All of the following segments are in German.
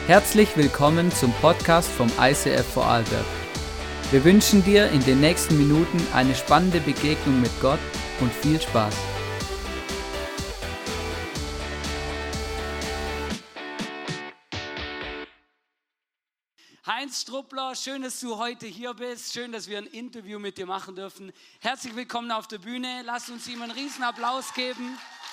Herzlich willkommen zum Podcast vom ICF Vorarlberg. Wir wünschen dir in den nächsten Minuten eine spannende Begegnung mit Gott und viel Spaß. Heinz Struppler, schön, dass du heute hier bist. Schön, dass wir ein Interview mit dir machen dürfen. Herzlich willkommen auf der Bühne. Lasst uns ihm einen riesen Applaus geben.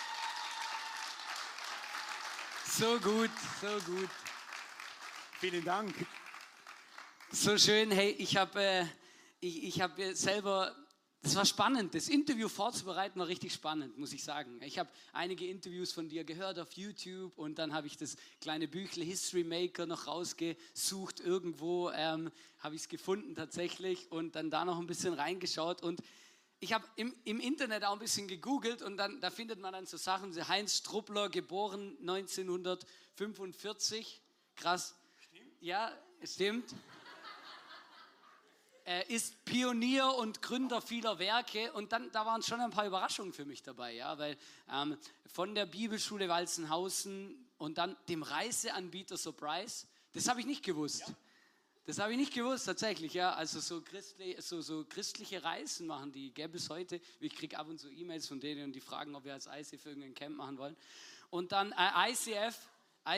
So gut, so gut. Vielen Dank. So schön. Hey, ich habe selber, das war spannend. Das Interview vorzubereiten war richtig spannend, muss ich sagen. Ich habe einige Interviews von dir gehört auf YouTube und dann habe ich das kleine Büchle History Maker noch rausgesucht. Irgendwo habe ich es gefunden tatsächlich und dann da noch ein bisschen reingeschaut. Und ich habe im Internet auch ein bisschen gegoogelt und dann, da findet man dann so Sachen, wie Heinz Struppler, geboren 1945. Krass. Stimmt? Ja, stimmt. Er ist Pionier und Gründer vieler Werke und dann, da waren schon ein paar Überraschungen für mich dabei, ja, weil von der Bibelschule Walzenhausen und dann dem Reiseanbieter Surprise, das habe ich nicht gewusst. Ja. Das habe ich nicht gewusst, tatsächlich, ja. Also so christliche Reisen machen die, gäbe es heute. Ich kriege ab und zu E-Mails von denen und die fragen, ob wir als ICF irgendein Camp machen wollen. Und dann ICF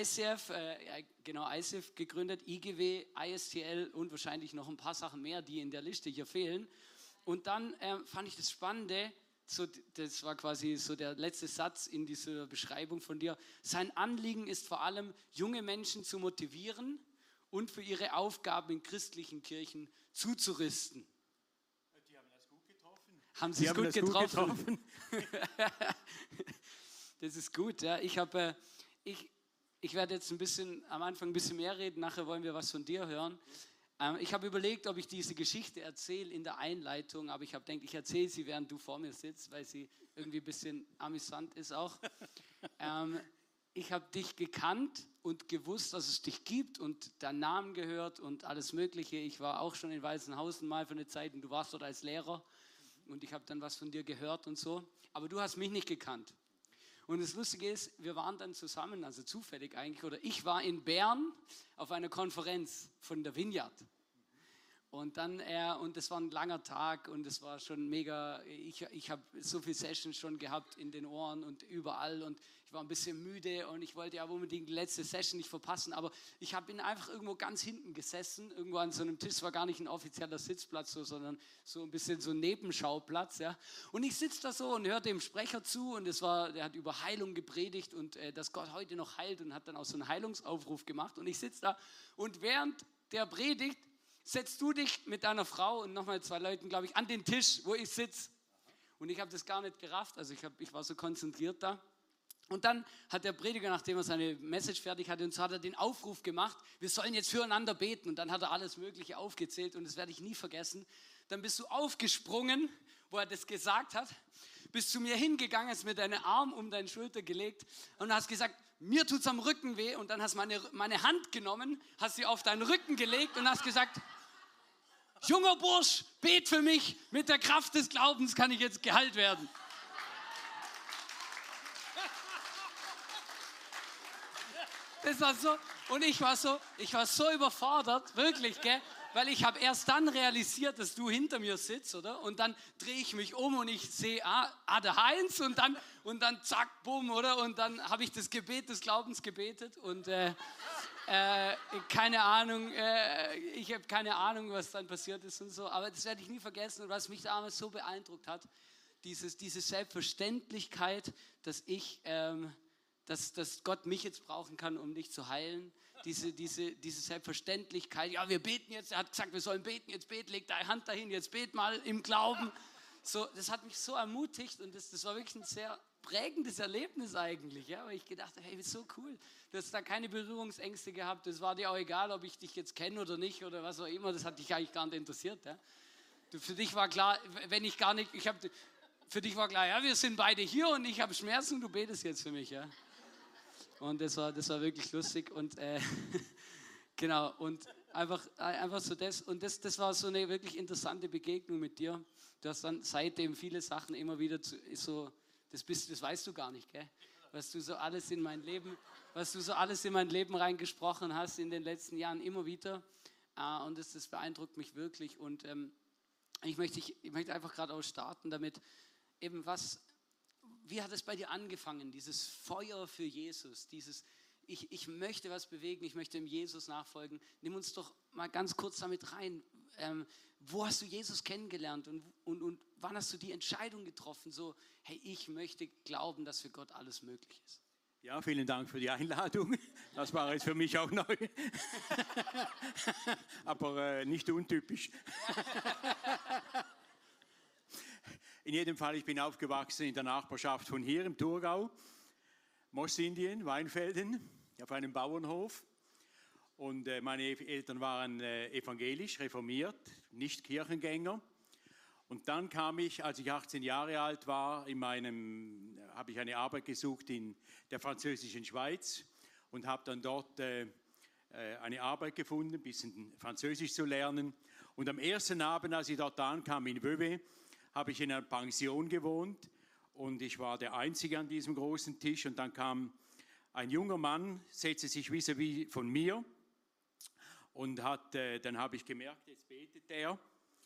gegründet, IGW, ISTL und wahrscheinlich noch ein paar Sachen mehr, die in der Liste hier fehlen. Und dann fand ich das Spannende, das war quasi so der letzte Satz in dieser Beschreibung von dir. Sein Anliegen ist vor allem, junge Menschen zu motivieren und für ihre Aufgaben in christlichen Kirchen zuzurüsten. Die haben das gut getroffen. Haben Sie es gut getroffen? Das ist gut, ja. Ich werde jetzt am Anfang ein bisschen mehr reden, nachher wollen wir was von dir hören. Ich habe überlegt, ob ich diese Geschichte erzähle in der Einleitung, aber ich habe gedacht, ich erzähle sie, während du vor mir sitzt, weil sie irgendwie ein bisschen amüsant ist auch. Ich habe dich gekannt und gewusst, dass es dich gibt und deinen Namen gehört und alles Mögliche. Ich war auch schon in Walzenhausen mal für eine Zeit und du warst dort als Lehrer und ich habe dann was von dir gehört und so. Aber du hast mich nicht gekannt. Und das Lustige ist, wir waren dann zusammen, also zufällig eigentlich, oder ich war in Bern auf einer Konferenz von der Vineyard. Und das war ein langer Tag und es war schon mega, ich habe so viele Sessions schon gehabt in den Ohren und überall und ich war ein bisschen müde und ich wollte ja unbedingt die letzte Session nicht verpassen, aber ich bin einfach irgendwo ganz hinten gesessen, irgendwo an so einem Tisch, es war gar nicht ein offizieller Sitzplatz, sondern so ein bisschen so ein Nebenschauplatz, ja. Und ich sitze da so und höre dem Sprecher zu und der hat über Heilung gepredigt und dass Gott heute noch heilt und hat dann auch so einen Heilungsaufruf gemacht und ich sitze da und während der Predigt setzt du dich mit deiner Frau und nochmal 2 Leuten, glaube ich, an den Tisch, wo ich sitze. Und ich habe das gar nicht gerafft, also ich war so konzentriert da. Und dann hat der Prediger, nachdem er seine Message fertig hatte, und so hat er den Aufruf gemacht, wir sollen jetzt füreinander beten. Und dann hat er alles Mögliche aufgezählt und das werde ich nie vergessen. Dann bist du aufgesprungen, wo er das gesagt hat, bist zu mir hingegangen, hast mir deinen Arm um deine Schulter gelegt und hast gesagt, mir tut's am Rücken weh. Und dann hast meine Hand genommen, hast sie auf deinen Rücken gelegt und hast gesagt, junger Bursch, bet für mich, mit der Kraft des Glaubens kann ich jetzt geheilt werden. Das war so, und ich war so überfordert, wirklich, gell? Weil ich habe erst dann realisiert, dass du hinter mir sitzt, oder? Und dann drehe ich mich um und ich sehe, der Heinz und dann zack, bumm, oder? Und dann habe ich das Gebet des Glaubens gebetet und keine Ahnung, ich habe keine Ahnung, was dann passiert ist und so, aber das werde ich nie vergessen und was mich damals so beeindruckt hat, diese Selbstverständlichkeit, dass Gott mich jetzt brauchen kann, um dich zu heilen. Diese Selbstverständlichkeit, ja, wir beten jetzt, er hat gesagt, wir sollen beten, jetzt leg deine Hand dahin, jetzt bet mal im Glauben. So, das hat mich so ermutigt und das war wirklich ein sehr prägendes Erlebnis eigentlich, ja, weil ich gedacht habe, hey, das ist so cool. Du hast da keine Berührungsängste gehabt, das war dir auch egal, ob ich dich jetzt kenne oder nicht oder was auch immer, das hat dich eigentlich gar nicht interessiert. Ja. Für dich war klar, für dich war klar, ja, wir sind beide hier und ich habe Schmerzen, du betest jetzt für mich, ja. Und das war wirklich lustig und genau, und einfach so das. Und das war so eine wirklich interessante Begegnung mit dir. Du hast dann seitdem viele Sachen immer wieder das weißt du gar nicht, gell? was du so alles in mein Leben reingesprochen hast in den letzten Jahren immer wieder. Und das beeindruckt mich wirklich. Und ich möchte einfach gerade auch starten damit, eben wie hat es bei dir angefangen, dieses Feuer für Jesus, ich möchte was bewegen, ich möchte dem Jesus nachfolgen. Nimm uns doch mal ganz kurz damit rein. Wo hast du Jesus kennengelernt und wann hast du die Entscheidung getroffen, so, hey, ich möchte glauben, dass für Gott alles möglich ist? Ja, vielen Dank für die Einladung. Das war jetzt für mich auch neu. Aber nicht untypisch. In jedem Fall, ich bin aufgewachsen in der Nachbarschaft von hier im Thurgau, Mostindien, Weinfelden, auf einem Bauernhof. Und meine Eltern waren evangelisch, reformiert, nicht Kirchengänger. Und dann kam ich, als ich 18 Jahre alt war, habe ich eine Arbeit gesucht in der französischen Schweiz und habe dann dort eine Arbeit gefunden, ein bisschen Französisch zu lernen. Und am ersten Abend, als ich dort ankam in Vevey, habe ich in einer Pension gewohnt und ich war der Einzige an diesem großen Tisch. Und dann kam ein junger Mann, setzte sich vis-à-vis von mir und dann habe ich gemerkt, jetzt betet er.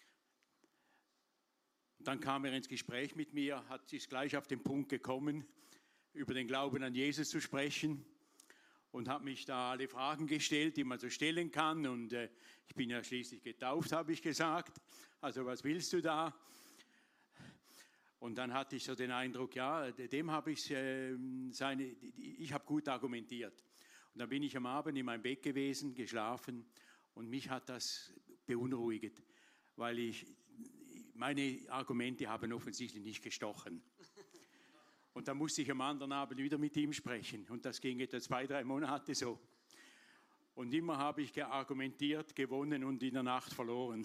Dann kam er ins Gespräch mit mir, ist gleich auf den Punkt gekommen, über den Glauben an Jesus zu sprechen und hat mich da alle Fragen gestellt, die man so stellen kann. Und ich bin ja schließlich getauft, habe ich gesagt. Also was willst du da? Und dann hatte ich so den Eindruck, ja, dem habe ich ich habe gut argumentiert. Und dann bin ich am Abend in meinem Bett gewesen, geschlafen und mich hat das beunruhigt, weil meine Argumente haben offensichtlich nicht gestochen. Und dann musste ich am anderen Abend wieder mit ihm sprechen. Und das ging etwa 2-3 Monate so. Und immer habe ich argumentiert, gewonnen und in der Nacht verloren.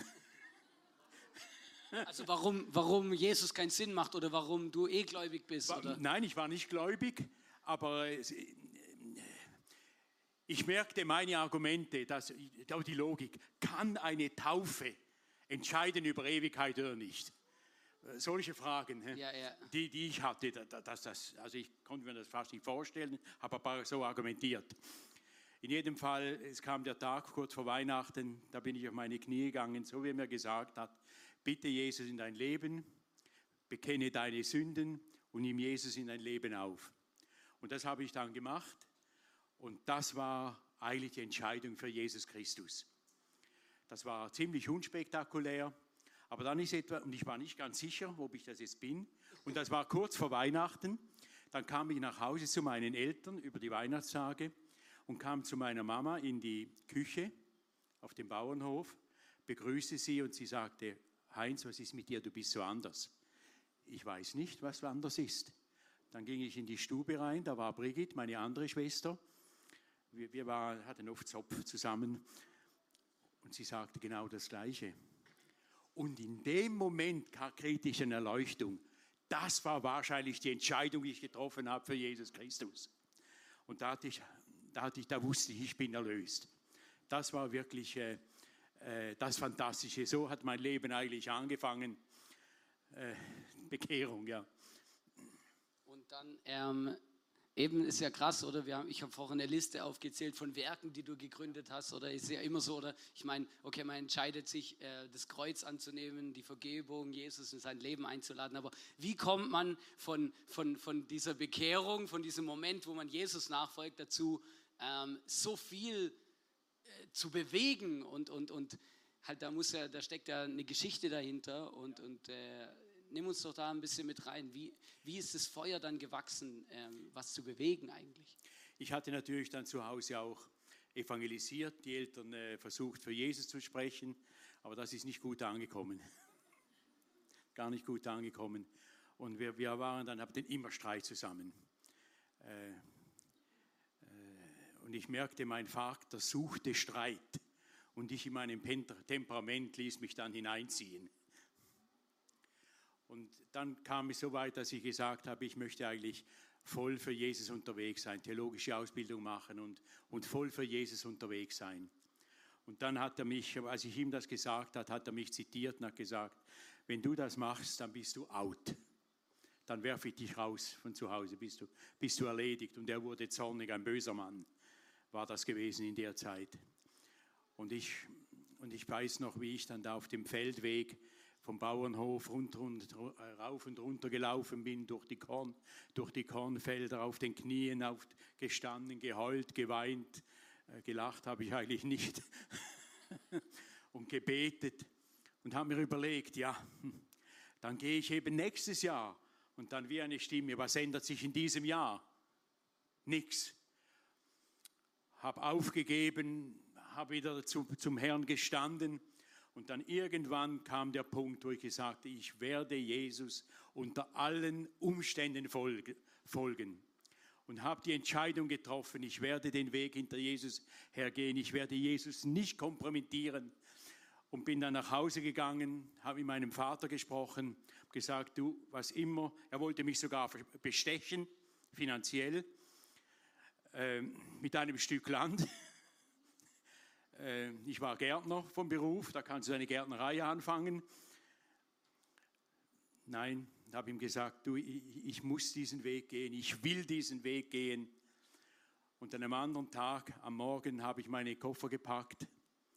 Also warum Jesus keinen Sinn macht oder warum du gläubig bist? Oder? Nein, ich war nicht gläubig, aber ich merkte meine Argumente, die Logik, kann eine Taufe entscheiden über Ewigkeit oder nicht? Solche Fragen, ja. Die ich hatte, also ich konnte mir das fast nicht vorstellen, habe aber so argumentiert. In jedem Fall, es kam der Tag kurz vor Weihnachten, da bin ich auf meine Knie gegangen, so wie er mir gesagt hat, bitte Jesus in dein Leben, bekenne deine Sünden und nimm Jesus in dein Leben auf. Und das habe ich dann gemacht und das war eigentlich die Entscheidung für Jesus Christus. Das war ziemlich unspektakulär, aber dann ist etwa, und ich war nicht ganz sicher, ob ich das jetzt bin, und das war kurz vor Weihnachten, dann kam ich nach Hause zu meinen Eltern über die Weihnachtstage und kam zu meiner Mama in die Küche auf dem Bauernhof, begrüßte sie und sie sagte, Heinz, was ist mit dir, du bist so anders. Ich weiß nicht, was anders ist. Dann ging ich in die Stube rein, da war Brigitte, meine andere Schwester, wir hatten oft Zopf zusammen. Und sie sagte genau das Gleiche. Und in dem Moment kriegte ich eine Erleuchtung. Das war wahrscheinlich die Entscheidung, die ich getroffen habe für Jesus Christus. Und da wusste ich, ich bin erlöst. Das war wirklich das Fantastische. So hat mein Leben eigentlich angefangen. Bekehrung, ja. Und dann eben ist ja krass, oder? Ich habe vorhin eine Liste aufgezählt von Werken, die du gegründet hast, oder ist ja immer so, oder? Ich meine, okay, man entscheidet sich, das Kreuz anzunehmen, die Vergebung, Jesus in sein Leben einzuladen, aber wie kommt man von dieser Bekehrung, von diesem Moment, wo man Jesus nachfolgt, dazu, so viel zu bewegen und halt da steckt ja eine Geschichte dahinter und nimm uns doch da ein bisschen mit rein. Wie ist das Feuer dann gewachsen, was zu bewegen eigentlich? Ich hatte natürlich dann zu Hause auch evangelisiert, die Eltern versucht für Jesus zu sprechen, aber das ist nicht gut angekommen. Gar nicht gut angekommen. Und wir hatten immer Streit zusammen. Und ich merkte, mein Vater suchte Streit und ich in meinem Temperament ließ mich dann hineinziehen. Und dann kam es so weit, dass ich gesagt habe, ich möchte eigentlich voll für Jesus unterwegs sein, theologische Ausbildung machen und voll für Jesus unterwegs sein. Und dann hat er mich, als ich ihm das gesagt habe, hat er mich zitiert und hat gesagt, wenn du das machst, dann bist du out. dann werfe ich dich raus von zu Hause, bist du erledigt. Und er wurde zornig, ein böser Mann war das gewesen in der Zeit. Und ich weiß noch, wie ich dann da auf dem Feldweg vom Bauernhof rauf und runter gelaufen bin, durch die Kornfelder, auf den Knien gestanden, geheult, geweint, gelacht habe ich eigentlich nicht und gebetet und habe mir überlegt, ja, dann gehe ich eben nächstes Jahr und dann wie eine Stimme, was ändert sich in diesem Jahr? Nichts. Habe aufgegeben, habe wieder zum Herrn gestanden. Und dann irgendwann kam der Punkt, wo ich gesagt habe, ich werde Jesus unter allen Umständen folgen. Und habe die Entscheidung getroffen, ich werde den Weg hinter Jesus hergehen. Ich werde Jesus nicht kompromittieren. Und bin dann nach Hause gegangen, habe mit meinem Vater gesprochen, habe gesagt, du, was immer. Er wollte mich sogar bestechen, finanziell, mit einem Stück Land. Ich war Gärtner vom Beruf, da kannst du eine Gärtnerei anfangen. Nein, habe ihm gesagt, du, ich muss diesen Weg gehen, ich will diesen Weg gehen. Und an einem anderen Tag, am Morgen, habe ich meine Koffer gepackt,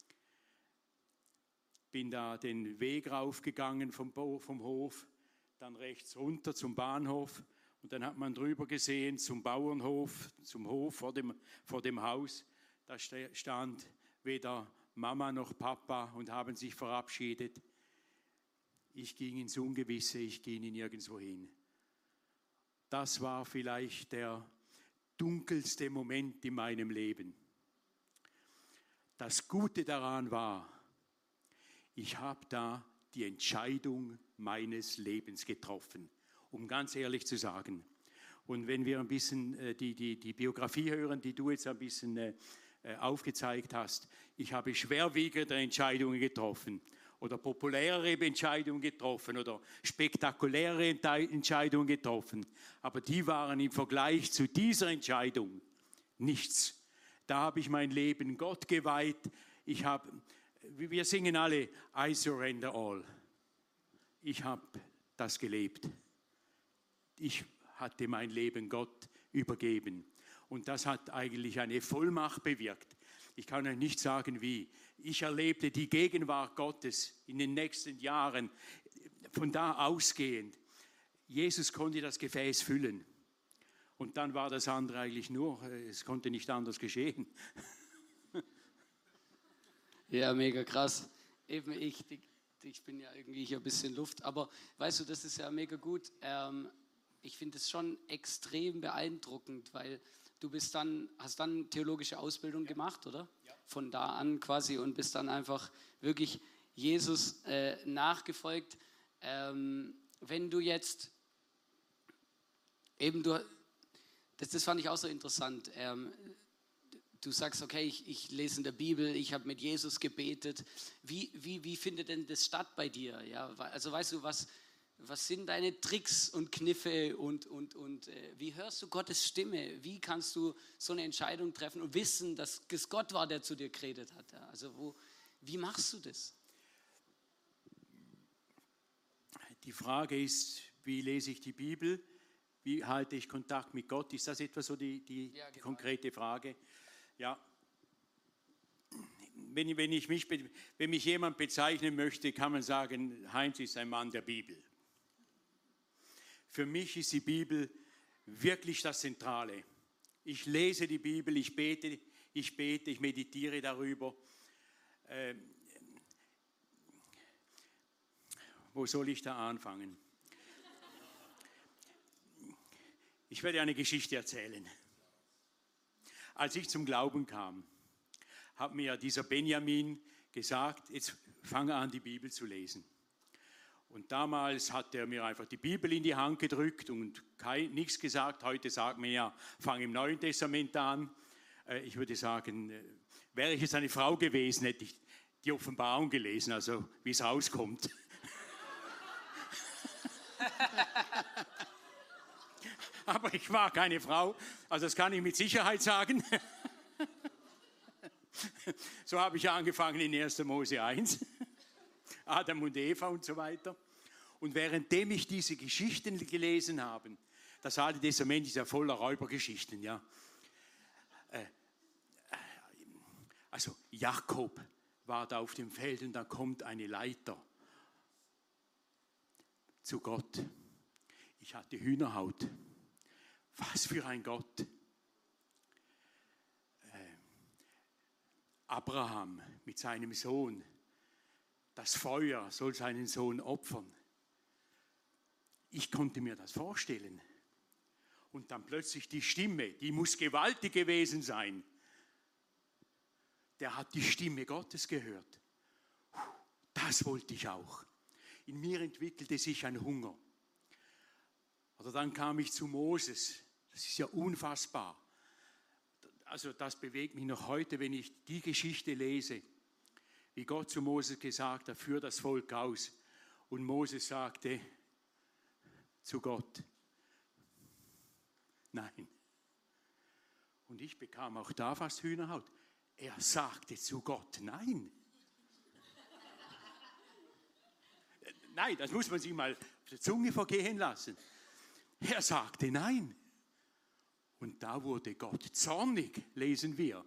bin da den Weg raufgegangen vom Hof, dann rechts runter zum Bahnhof und dann hat man drüber gesehen zum Bauernhof, zum Hof vor dem Haus, da stand weder Mama noch Papa und haben sich verabschiedet. Ich ging ins Ungewisse, ich ging nirgendwo hin. Das war vielleicht der dunkelste Moment in meinem Leben. Das Gute daran war, ich habe da die Entscheidung meines Lebens getroffen, um ganz ehrlich zu sagen. Und wenn wir ein bisschen die Biografie hören, die du jetzt ein bisschen aufgezeigt hast, ich habe schwerwiegende Entscheidungen getroffen oder populärere Entscheidungen getroffen oder spektakuläre Entscheidungen getroffen, aber die waren im Vergleich zu dieser Entscheidung nichts. Da habe ich mein Leben Gott geweiht. Wir singen alle, I surrender all. Ich habe das gelebt. Ich hatte mein Leben Gott übergeben. Und das hat eigentlich eine Vollmacht bewirkt. Ich kann euch nicht sagen, wie. Ich erlebte die Gegenwart Gottes in den nächsten Jahren, von da ausgehend. Jesus konnte das Gefäß füllen. Und dann war das andere eigentlich nur, es konnte nicht anders geschehen. Ja, mega krass. Eben ich bin ja irgendwie hier ein bisschen Luft. Aber weißt du, das ist ja mega gut. Ich finde es schon extrem beeindruckend, weil du hast dann theologische Ausbildung gemacht, oder? Ja. Von da an quasi und bist dann einfach wirklich Jesus nachgefolgt. Wenn du jetzt eben, das fand ich auch so interessant, du sagst, okay, ich lese in der Bibel, ich habe mit Jesus gebetet. Wie findet denn das statt bei dir? Ja, also weißt du, was sind deine Tricks und Kniffe und wie hörst du Gottes Stimme? Wie kannst du so eine Entscheidung treffen und wissen, dass es Gott war, der zu dir geredet hat? Ja, also wie machst du das? Die Frage ist, wie lese ich die Bibel? Wie halte ich Kontakt mit Gott? Ist das etwa so die konkrete Frage? Ja. Wenn mich jemand bezeichnen möchte, kann man sagen, Heinz ist ein Mann der Bibel. Für mich ist die Bibel wirklich das Zentrale. Ich lese die Bibel, ich bete, ich meditiere darüber. Wo soll ich da anfangen? Ich werde eine Geschichte erzählen. Als ich zum Glauben kam, hat mir dieser Benjamin gesagt, jetzt fange an, die Bibel zu lesen. Und damals hat er mir einfach die Bibel in die Hand gedrückt und nichts gesagt. Heute sagt man ja, fang im Neuen Testament an. Ich würde sagen, wäre ich jetzt eine Frau gewesen, hätte ich die Offenbarung gelesen, also wie es rauskommt. Aber ich war keine Frau, also das kann ich mit Sicherheit sagen. So habe ich angefangen in 1. Mose 1. Adam und Eva und so weiter. Und währenddem ich diese Geschichten gelesen habe, das Alte Testament ist ja voller Räubergeschichten, ja. Also Jakob war da auf dem Feld und da kommt eine Leiter zu Gott. Ich hatte Hühnerhaut. Was für ein Gott. Abraham mit seinem Sohn. Das Feuer soll seinen Sohn opfern. Ich konnte mir das vorstellen. Und dann plötzlich die Stimme, die muss gewaltig gewesen sein. Der hat die Stimme Gottes gehört. Das wollte ich auch. In mir entwickelte sich ein Hunger. Oder dann kam ich zu Moses. Das ist ja unfassbar. Also das bewegt mich noch heute, wenn ich die Geschichte lese, wie Gott zu Moses gesagt hat, führ das Volk aus. Und Moses sagte zu Gott, nein. Und ich bekam auch da fast Hühnerhaut. Er sagte zu Gott, nein. Nein, das muss man sich mal auf der Zunge vergehen lassen. Er sagte nein. Und da wurde Gott zornig, lesen wir.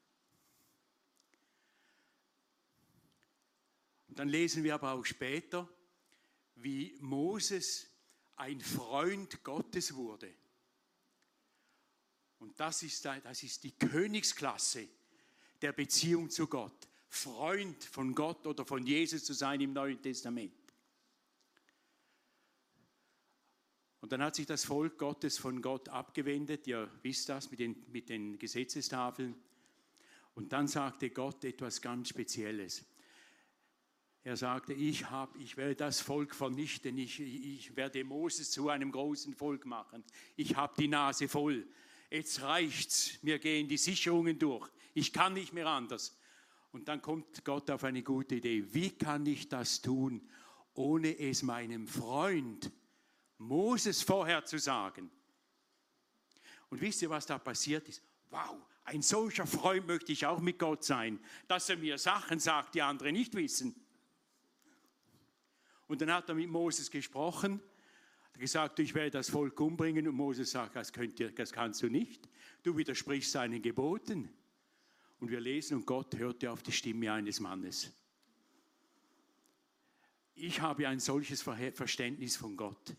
Und dann lesen wir aber auch später, wie Moses ein Freund Gottes wurde. Und das ist die Königsklasse der Beziehung zu Gott. Freund von Gott oder von Jesus zu sein im Neuen Testament. Und dann hat sich das Volk Gottes von Gott abgewendet, ihr wisst das, mit den Gesetzestafeln. Und dann sagte Gott etwas ganz Spezielles. Er sagte, ich werde das Volk vernichten, ich werde Moses zu einem großen Volk machen. Ich habe die Nase voll. Jetzt reicht's, mir gehen die Sicherungen durch. Ich kann nicht mehr anders. Und dann kommt Gott auf eine gute Idee. Wie kann ich das tun, ohne es meinem Freund Moses vorher zu sagen? Und wisst ihr, was da passiert ist? Wow, ein solcher Freund möchte ich auch mit Gott sein, dass er mir Sachen sagt, die andere nicht wissen. Und dann hat er mit Moses gesprochen, hat gesagt, ich werde das Volk umbringen. Und Moses sagt, das kannst du nicht. Du widersprichst seinen Geboten. Und wir lesen, und Gott hörte auf die Stimme eines Mannes. Ich habe ein solches Verständnis von Gott.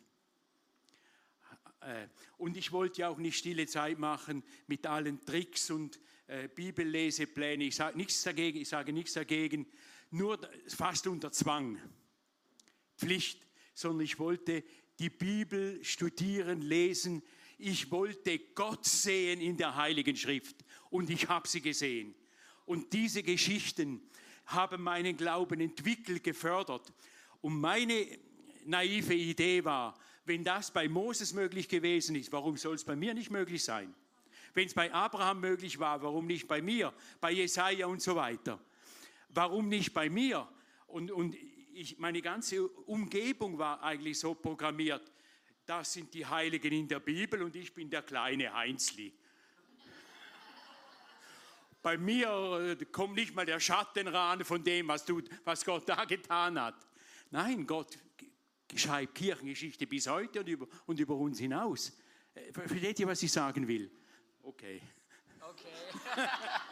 Und ich wollte ja auch nicht stille Zeit machen mit allen Tricks und Bibelleseplänen. Ich sage nichts dagegen, nur fast unter Zwang, Pflicht, sondern ich wollte die Bibel studieren, lesen. Ich wollte Gott sehen in der Heiligen Schrift und ich habe sie gesehen. Und diese Geschichten haben meinen Glauben entwickelt, gefördert. Und meine naive Idee war, wenn das bei Moses möglich gewesen ist, warum soll es bei mir nicht möglich sein? Wenn es bei Abraham möglich war, warum nicht bei mir? Bei Jesaja und so weiter. Warum nicht bei mir? Und meine ganze Umgebung war eigentlich so programmiert, das sind die Heiligen in der Bibel und ich bin der kleine Heinzli. Bei mir kommt nicht mal der Schatten ran von dem, was Gott da getan hat. Nein, Gott schreibt Kirchengeschichte bis heute und über uns hinaus. Versteht ihr, was ich sagen will? Okay. Okay.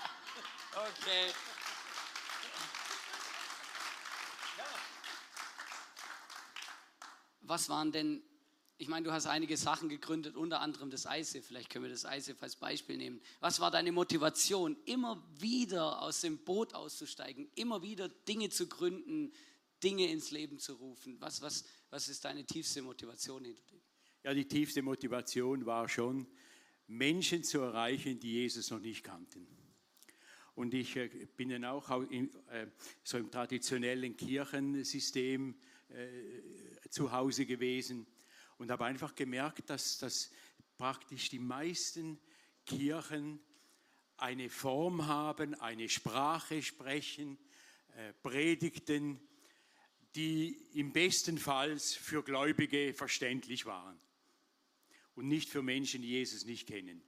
Was waren denn, ich meine, du hast einige Sachen gegründet, unter anderem das ICF, vielleicht können wir das ICF als Beispiel nehmen. Was war deine Motivation, immer wieder aus dem Boot auszusteigen, immer wieder Dinge zu gründen, Dinge ins Leben zu rufen? Was ist deine tiefste Motivation hinter dem? Ja, die tiefste Motivation war schon, Menschen zu erreichen, die Jesus noch nicht kannten. Und ich bin dann auch so im traditionellen Kirchensystem zu Hause gewesen und habe einfach gemerkt, dass praktisch die meisten Kirchen eine Form haben, eine Sprache sprechen, Predigten, die im besten Fall für Gläubige verständlich waren und nicht für Menschen, die Jesus nicht kennen.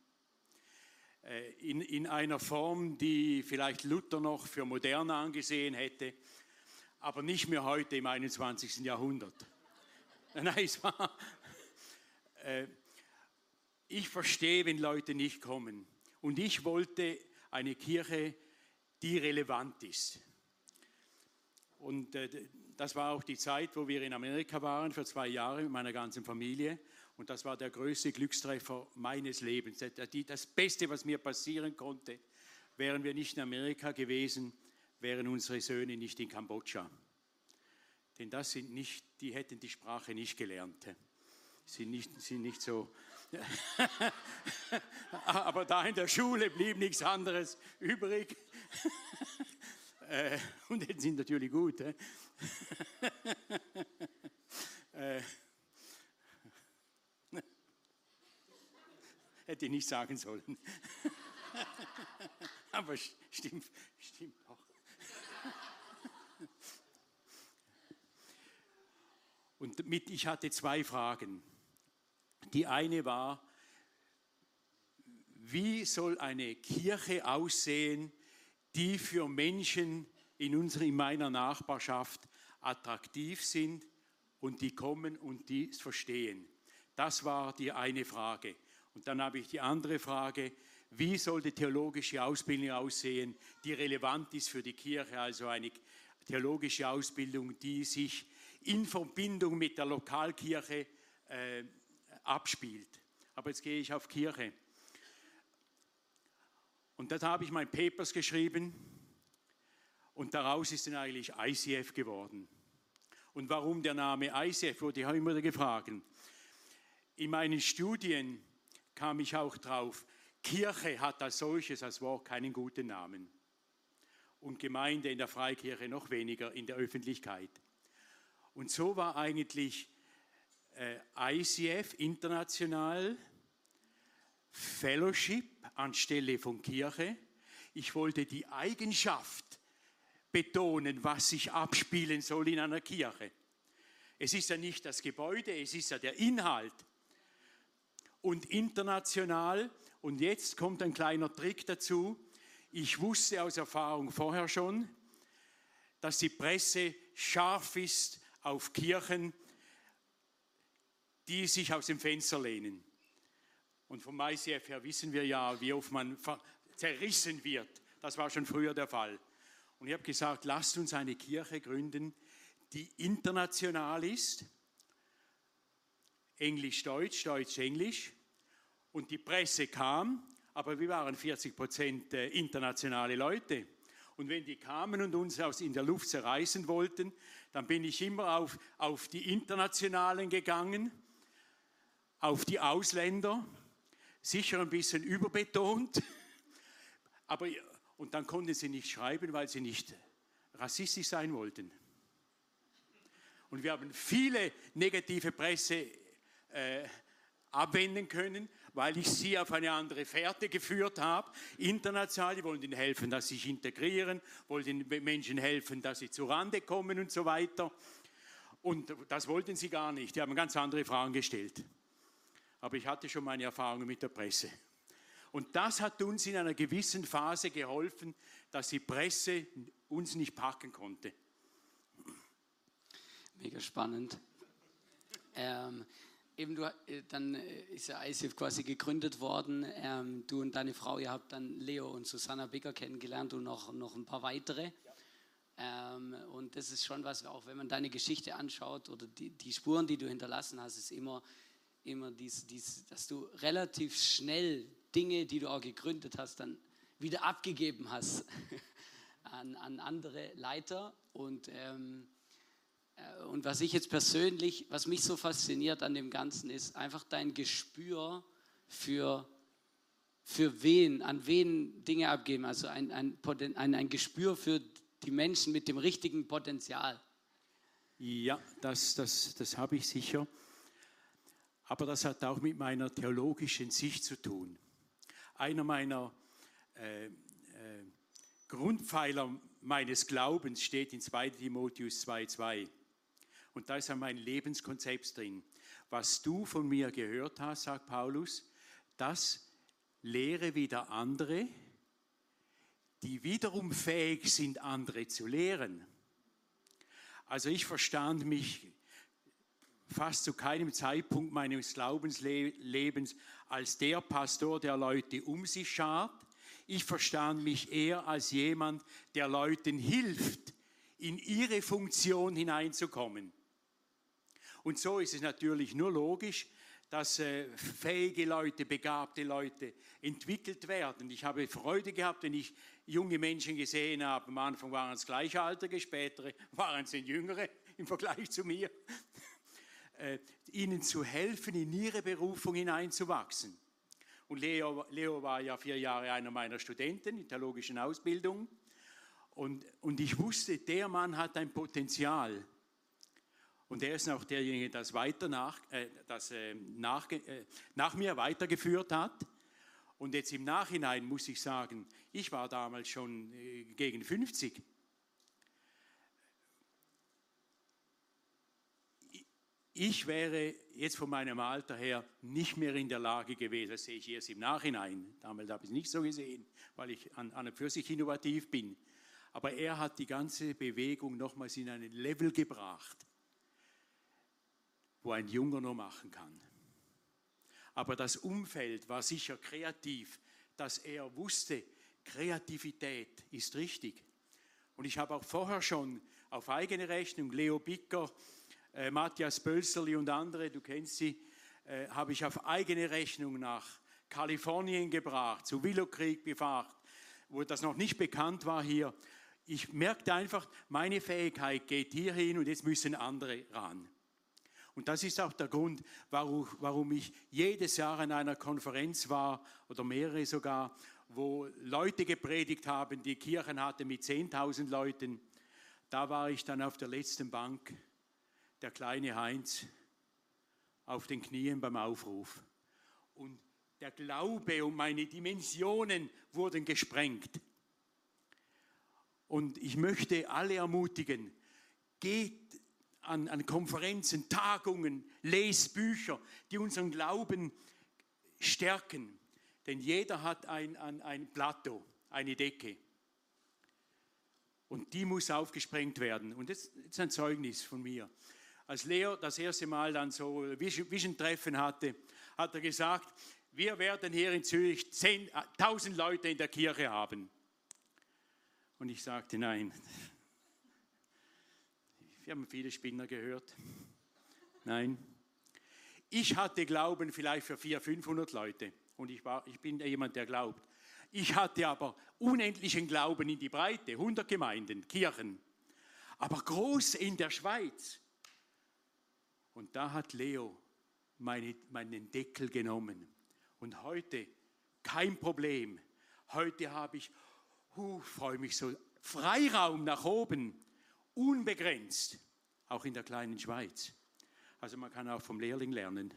In einer Form, die vielleicht Luther noch für modern angesehen hätte, aber nicht mehr heute im 21. Jahrhundert. Nein, es war... Ich verstehe, wenn Leute nicht kommen. Und ich wollte eine Kirche, die relevant ist. Und das war auch die Zeit, wo wir in Amerika waren, für 2 Jahre mit meiner ganzen Familie. Und das war der größte Glückstreffer meines Lebens. Das Beste, was mir passieren konnte, wären wir nicht in Amerika gewesen, wären unsere Söhne nicht in Kambodscha. Denn das sind nicht, die hätten die Sprache nicht gelernt. Sind nicht so. Aber da in der Schule blieb nichts anderes übrig. Und jetzt sind natürlich gut. Hätte ich nicht sagen sollen. Aber stimmt auch. Und ich hatte 2 Fragen. Die eine war, wie soll eine Kirche aussehen, die für Menschen in meiner Nachbarschaft attraktiv sind und die kommen und die es verstehen? Das war die eine Frage. Und dann habe ich die andere Frage, wie soll die theologische Ausbildung aussehen, die relevant ist für die Kirche, also eine theologische Ausbildung, die sich in Verbindung mit der Lokalkirche abspielt. Aber jetzt gehe ich auf Kirche. Und da habe ich mein Papers geschrieben und daraus ist dann eigentlich ICF geworden. Und warum der Name ICF, wurde ich auch immer wieder gefragt. In meinen Studien kam ich auch drauf, Kirche hat als solches, als Wort, keinen guten Namen. Und Gemeinde in der Freikirche noch weniger in der Öffentlichkeit. Und so war eigentlich ICF international Fellowship anstelle von Kirche. Ich wollte die Eigenschaft betonen, was sich abspielen soll in einer Kirche. Es ist ja nicht das Gebäude, es ist ja der Inhalt. Und international, und jetzt kommt ein kleiner Trick dazu, ich wusste aus Erfahrung vorher schon, dass die Presse scharf ist auf Kirchen, die sich aus dem Fenster lehnen. Und vom ICF her wissen wir ja, wie oft man zerrissen wird. Das war schon früher der Fall. Und ich habe gesagt, lasst uns eine Kirche gründen, die international ist, Englisch-Deutsch, Deutsch-Englisch. Und die Presse kam, aber wir waren 40% internationale Leute. Und wenn die kamen und uns in der Luft zerreißen wollten, dann bin ich immer auf die Internationalen gegangen, auf die Ausländer, sicher ein bisschen überbetont, und dann konnten sie nicht schreiben, weil sie nicht rassistisch sein wollten. Und wir haben viele negative Presse abwenden können, weil ich sie auf eine andere Fährte geführt habe. International, die wollen ihnen helfen, dass sie sich integrieren, wollen den Menschen helfen, dass sie zu Rande kommen und so weiter. Und das wollten sie gar nicht. Die haben ganz andere Fragen gestellt. Aber ich hatte schon meine Erfahrungen mit der Presse. Und das hat uns in einer gewissen Phase geholfen, dass die Presse uns nicht packen konnte. Mega spannend. Dann ist ja ICF quasi gegründet worden. Du und deine Frau, ihr habt dann Leo und Susanna Bigger kennengelernt und noch ein paar weitere. Ja. Und das ist schon was, auch wenn man deine Geschichte anschaut oder die Spuren, die du hinterlassen hast, ist immer dass du relativ schnell Dinge, die du auch gegründet hast, dann wieder abgegeben hast an andere Leiter. Und was ich jetzt persönlich, was mich so fasziniert an dem Ganzen ist, einfach dein Gespür an wen Dinge abgeben, also ein Gespür für die Menschen mit dem richtigen Potenzial. Ja, das habe ich sicher. Aber das hat auch mit meiner theologischen Sicht zu tun. Einer meiner Grundpfeiler meines Glaubens steht in 2 Timotheus 2,2. Und da ist ja mein Lebenskonzept drin. Was du von mir gehört hast, sagt Paulus, das lehre wieder andere, die wiederum fähig sind, andere zu lehren. Also ich verstand mich fast zu keinem Zeitpunkt meines Glaubenslebens als der Pastor, der Leute um sich schart. Ich verstand mich eher als jemand, der Leuten hilft, in ihre Funktion hineinzukommen. Und so ist es natürlich nur logisch, dass fähige Leute, begabte Leute entwickelt werden. Ich habe Freude gehabt, wenn ich junge Menschen gesehen habe. Am Anfang waren es Gleichaltrige, später waren es Jüngere im Vergleich zu mir. Ihnen zu helfen, in ihre Berufung hineinzuwachsen. Und Leo war ja 4 Jahre einer meiner Studenten in theologischen Ausbildung. Und ich wusste, der Mann hat ein Potenzial. Und er ist auch derjenige, das nach mir weitergeführt hat. Und jetzt im Nachhinein muss ich sagen, ich war damals schon gegen 50. Ich wäre jetzt von meinem Alter her nicht mehr in der Lage gewesen, das sehe ich erst im Nachhinein. Damals habe ich es nicht so gesehen, weil ich an und für sich innovativ bin. Aber er hat die ganze Bewegung nochmals in ein Level gebracht, wo ein Junger nur machen kann. Aber das Umfeld war sicher kreativ, dass er wusste, Kreativität ist richtig. Und ich habe auch vorher schon auf eigene Rechnung, Leo Bicker, Matthias Bölserli und andere, du kennst sie, habe ich auf eigene Rechnung nach Kalifornien gebracht, zu Willow Creek befahren, wo das noch nicht bekannt war hier. Ich merkte einfach, meine Fähigkeit geht hierhin und jetzt müssen andere ran. Und das ist auch der Grund, warum ich jedes Jahr an einer Konferenz war, oder mehrere sogar, wo Leute gepredigt haben, die Kirchen hatten mit 10.000 Leuten. Da war ich dann auf der letzten Bank, der kleine Heinz, auf den Knien beim Aufruf. Und der Glaube und meine Dimensionen wurden gesprengt. Und ich möchte alle ermutigen, geht an Konferenzen, Tagungen, lest Bücher, die unseren Glauben stärken. Denn jeder hat ein Plateau, eine Decke. Und die muss aufgesprengt werden. Und das ist ein Zeugnis von mir. Als Leo das erste Mal dann so Vision-Treffen hatte, hat er gesagt, wir werden hier in Zürich 10.000 Leute in der Kirche haben. Und ich sagte, nein. Wir haben viele Spinner gehört. Nein. Ich hatte Glauben vielleicht für 400-500 Leute. Und ich bin jemand, der glaubt. Ich hatte aber unendlichen Glauben in die Breite, 100 Gemeinden, Kirchen. Aber groß in der Schweiz. Und da hat Leo meinen Deckel genommen. Und heute kein Problem. Heute habe ich, freue mich so, Freiraum nach oben. Unbegrenzt, auch in der kleinen Schweiz. Also man kann auch vom Lehrling lernen.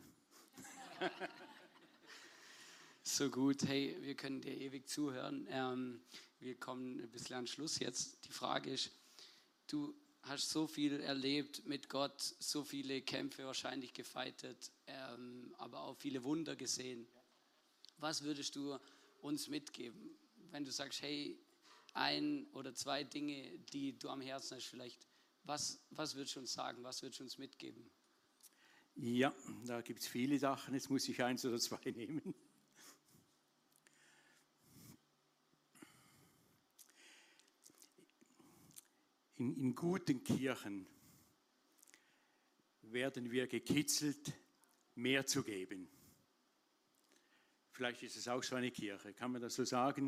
So gut, hey, wir können dir ewig zuhören. Wir kommen ein bisschen an Schluss jetzt. Die Frage ist, du hast so viel erlebt mit Gott, so viele Kämpfe wahrscheinlich gefeitet, aber auch viele Wunder gesehen. Was würdest du uns mitgeben, wenn du sagst, hey, 1 oder 2 Dinge, die du am Herzen hast vielleicht. Was würdest du uns sagen? Was würdest du uns mitgeben? Ja, da gibt es viele Sachen. Jetzt muss ich 1 oder 2 nehmen. In guten Kirchen werden wir gekitzelt, mehr zu geben. Vielleicht ist es auch so eine Kirche. Kann man das so sagen?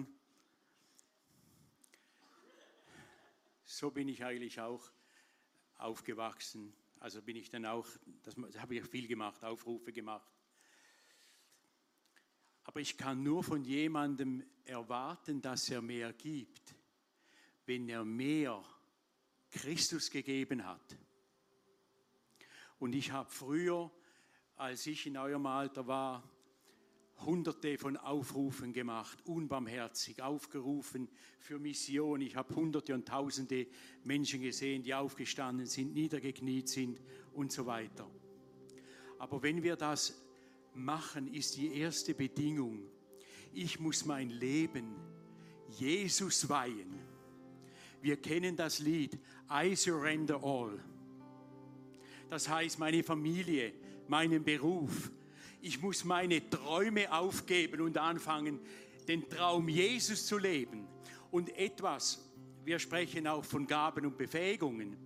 So bin ich eigentlich auch aufgewachsen. Also bin ich dann auch, das habe ich viel gemacht, Aufrufe gemacht. Aber ich kann nur von jemandem erwarten, dass er mehr gibt, wenn er mehr Christus gegeben hat. Und ich habe früher, als ich in eurem Alter war, Hunderte von Aufrufen gemacht, unbarmherzig aufgerufen für Mission. Ich habe Hunderte und Tausende Menschen gesehen, die aufgestanden sind, niedergekniet sind und so weiter. Aber wenn wir das machen, ist die erste Bedingung, ich muss mein Leben Jesus weihen. Wir kennen das Lied, I surrender all. Das heißt meine Familie, meinen Beruf. Ich muss meine Träume aufgeben und anfangen, den Traum Jesus zu leben. Und etwas, wir sprechen auch von Gaben und Befähigungen.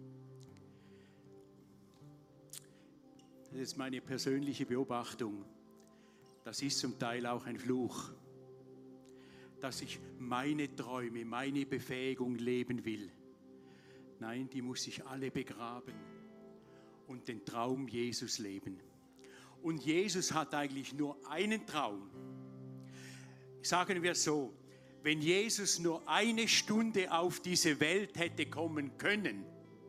Das ist meine persönliche Beobachtung. Das ist zum Teil auch ein Fluch, dass ich meine Träume, meine Befähigung leben will. Nein, die muss ich alle begraben und den Traum Jesus leben. Und Jesus hat eigentlich nur einen Traum. Sagen wir so, wenn Jesus nur eine Stunde auf diese Welt hätte kommen können,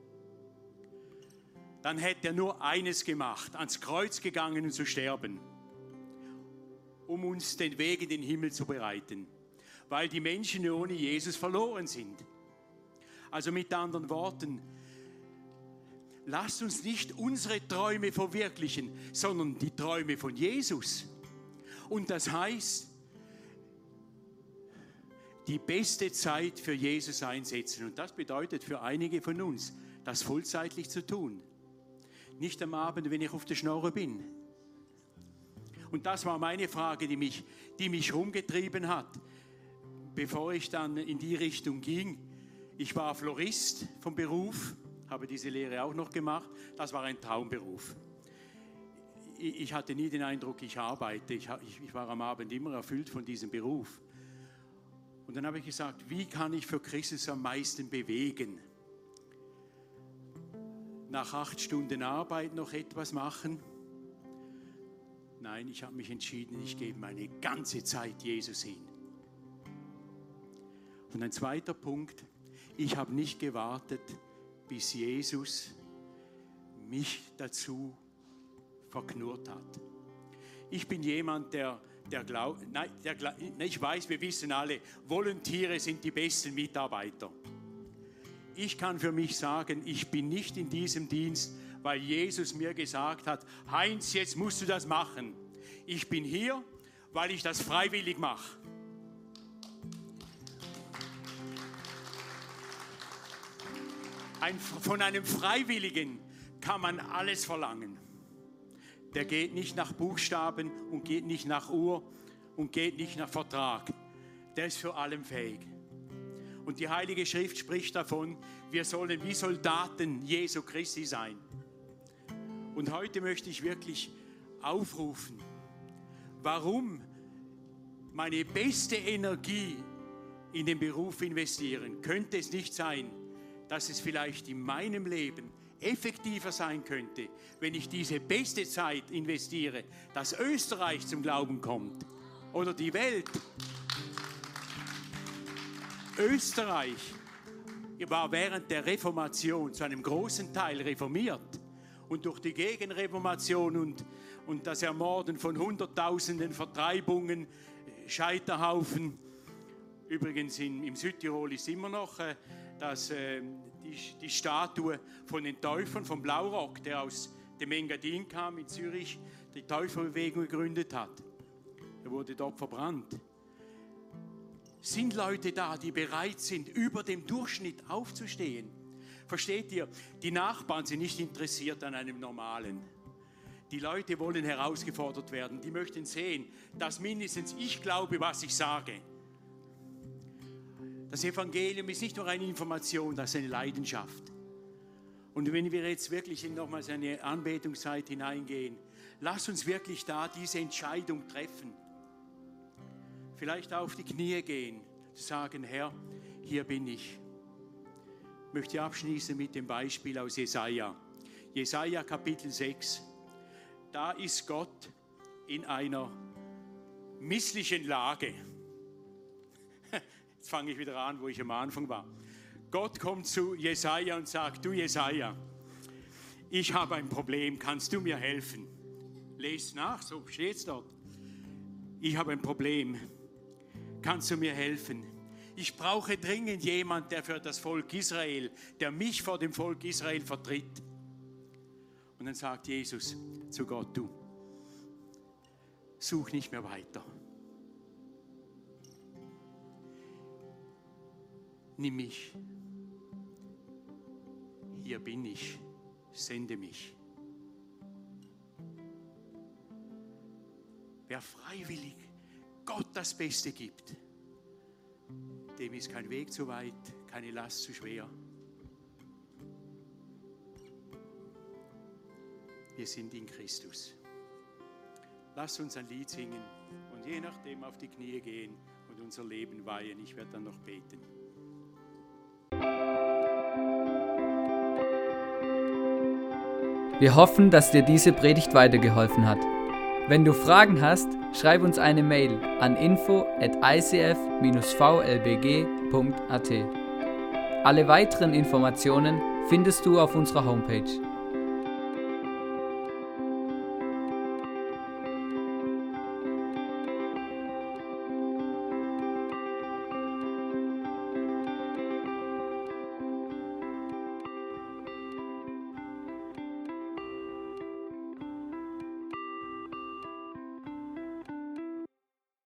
dann hätte er nur eines gemacht, ans Kreuz gegangen und zu sterben, um uns den Weg in den Himmel zu bereiten, weil die Menschen ohne Jesus verloren sind. Also mit anderen Worten, lasst uns nicht unsere Träume verwirklichen, sondern die Träume von Jesus. Und das heißt, die beste Zeit für Jesus einsetzen. Und das bedeutet für einige von uns, das vollzeitlich zu tun. Nicht am Abend, wenn ich auf der Schnorre bin. Und das war meine Frage, die mich rumgetrieben hat, bevor ich dann in die Richtung ging. Ich war Florist vom Beruf, habe diese Lehre auch noch gemacht. Das war ein Traumberuf. Ich hatte nie den Eindruck, ich arbeite. Ich war am Abend immer erfüllt von diesem Beruf. Und dann habe ich gesagt, wie kann ich für Christus am meisten bewegen? Nach 8 Stunden Arbeit noch etwas machen? Nein, ich habe mich entschieden, ich gebe meine ganze Zeit Jesus hin. Und ein zweiter Punkt, ich habe nicht gewartet, bis Jesus mich dazu verknurrt hat. Ich bin jemand, der glaubt, ich weiß, wir wissen alle, Volontiere sind die besten Mitarbeiter. Ich kann für mich sagen, ich bin nicht in diesem Dienst, weil Jesus mir gesagt hat, Heinz, jetzt musst du das machen. Ich bin hier, weil ich das freiwillig mache. Von einem Freiwilligen kann man alles verlangen. Der geht nicht nach Buchstaben und geht nicht nach Uhr und geht nicht nach Vertrag. Der ist für allem fähig. Und die Heilige Schrift spricht davon, wir sollen wie Soldaten Jesu Christi sein. Und heute möchte ich wirklich aufrufen, warum meine beste Energie in den Beruf investieren. Könnte es nicht sein, dass es vielleicht in meinem Leben effektiver sein könnte, wenn ich diese beste Zeit investiere, dass Österreich zum Glauben kommt oder die Welt. Österreich war während der Reformation zu einem großen Teil reformiert und durch die Gegenreformation und das Ermorden von Hunderttausenden, Vertreibungen, Scheiterhaufen. Übrigens im Südtirol ist immer noch die Statue von den Täufern, von Blaurock, der aus dem Engadin kam, in Zürich, die Täuferbewegung gegründet hat. Er wurde dort verbrannt. Sind Leute da, die bereit sind, über dem Durchschnitt aufzustehen? Versteht ihr? Die Nachbarn sind nicht interessiert an einem Normalen. Die Leute wollen herausgefordert werden. Die möchten sehen, dass mindestens ich glaube, was ich sage. Das Evangelium ist nicht nur eine Information, das ist eine Leidenschaft. Und wenn wir jetzt wirklich in nochmals eine Anbetungszeit hineingehen, lasst uns wirklich da diese Entscheidung treffen. Vielleicht auf die Knie gehen, sagen, Herr, hier bin ich. Ich möchte abschließen mit dem Beispiel aus Jesaja. Jesaja Kapitel 6. Da ist Gott in einer misslichen Lage. Jetzt fange ich wieder an, wo ich am Anfang war. Gott kommt zu Jesaja und sagt, du Jesaja, ich habe ein Problem, kannst du mir helfen? Lest nach, so steht es dort. Ich habe ein Problem, kannst du mir helfen? Ich brauche dringend jemanden, der für das Volk Israel, der mich vor dem Volk Israel vertritt. Und dann sagt Jesus zu Gott, du, such nicht mehr weiter. Nimm mich. Hier bin ich. Sende mich. wer freiwillig Gott das Beste gibt, dem ist kein Weg zu weit, keine Last zu schwer. Wir sind in Christus. Lasst uns ein Lied singen und je nachdem auf die Knie gehen und unser Leben weihen. Ich werde dann noch beten. Wir hoffen, dass dir diese Predigt weitergeholfen hat. Wenn du Fragen hast, schreib uns eine Mail an info@icf-vlbg.at. Alle weiteren Informationen findest du auf unserer Homepage.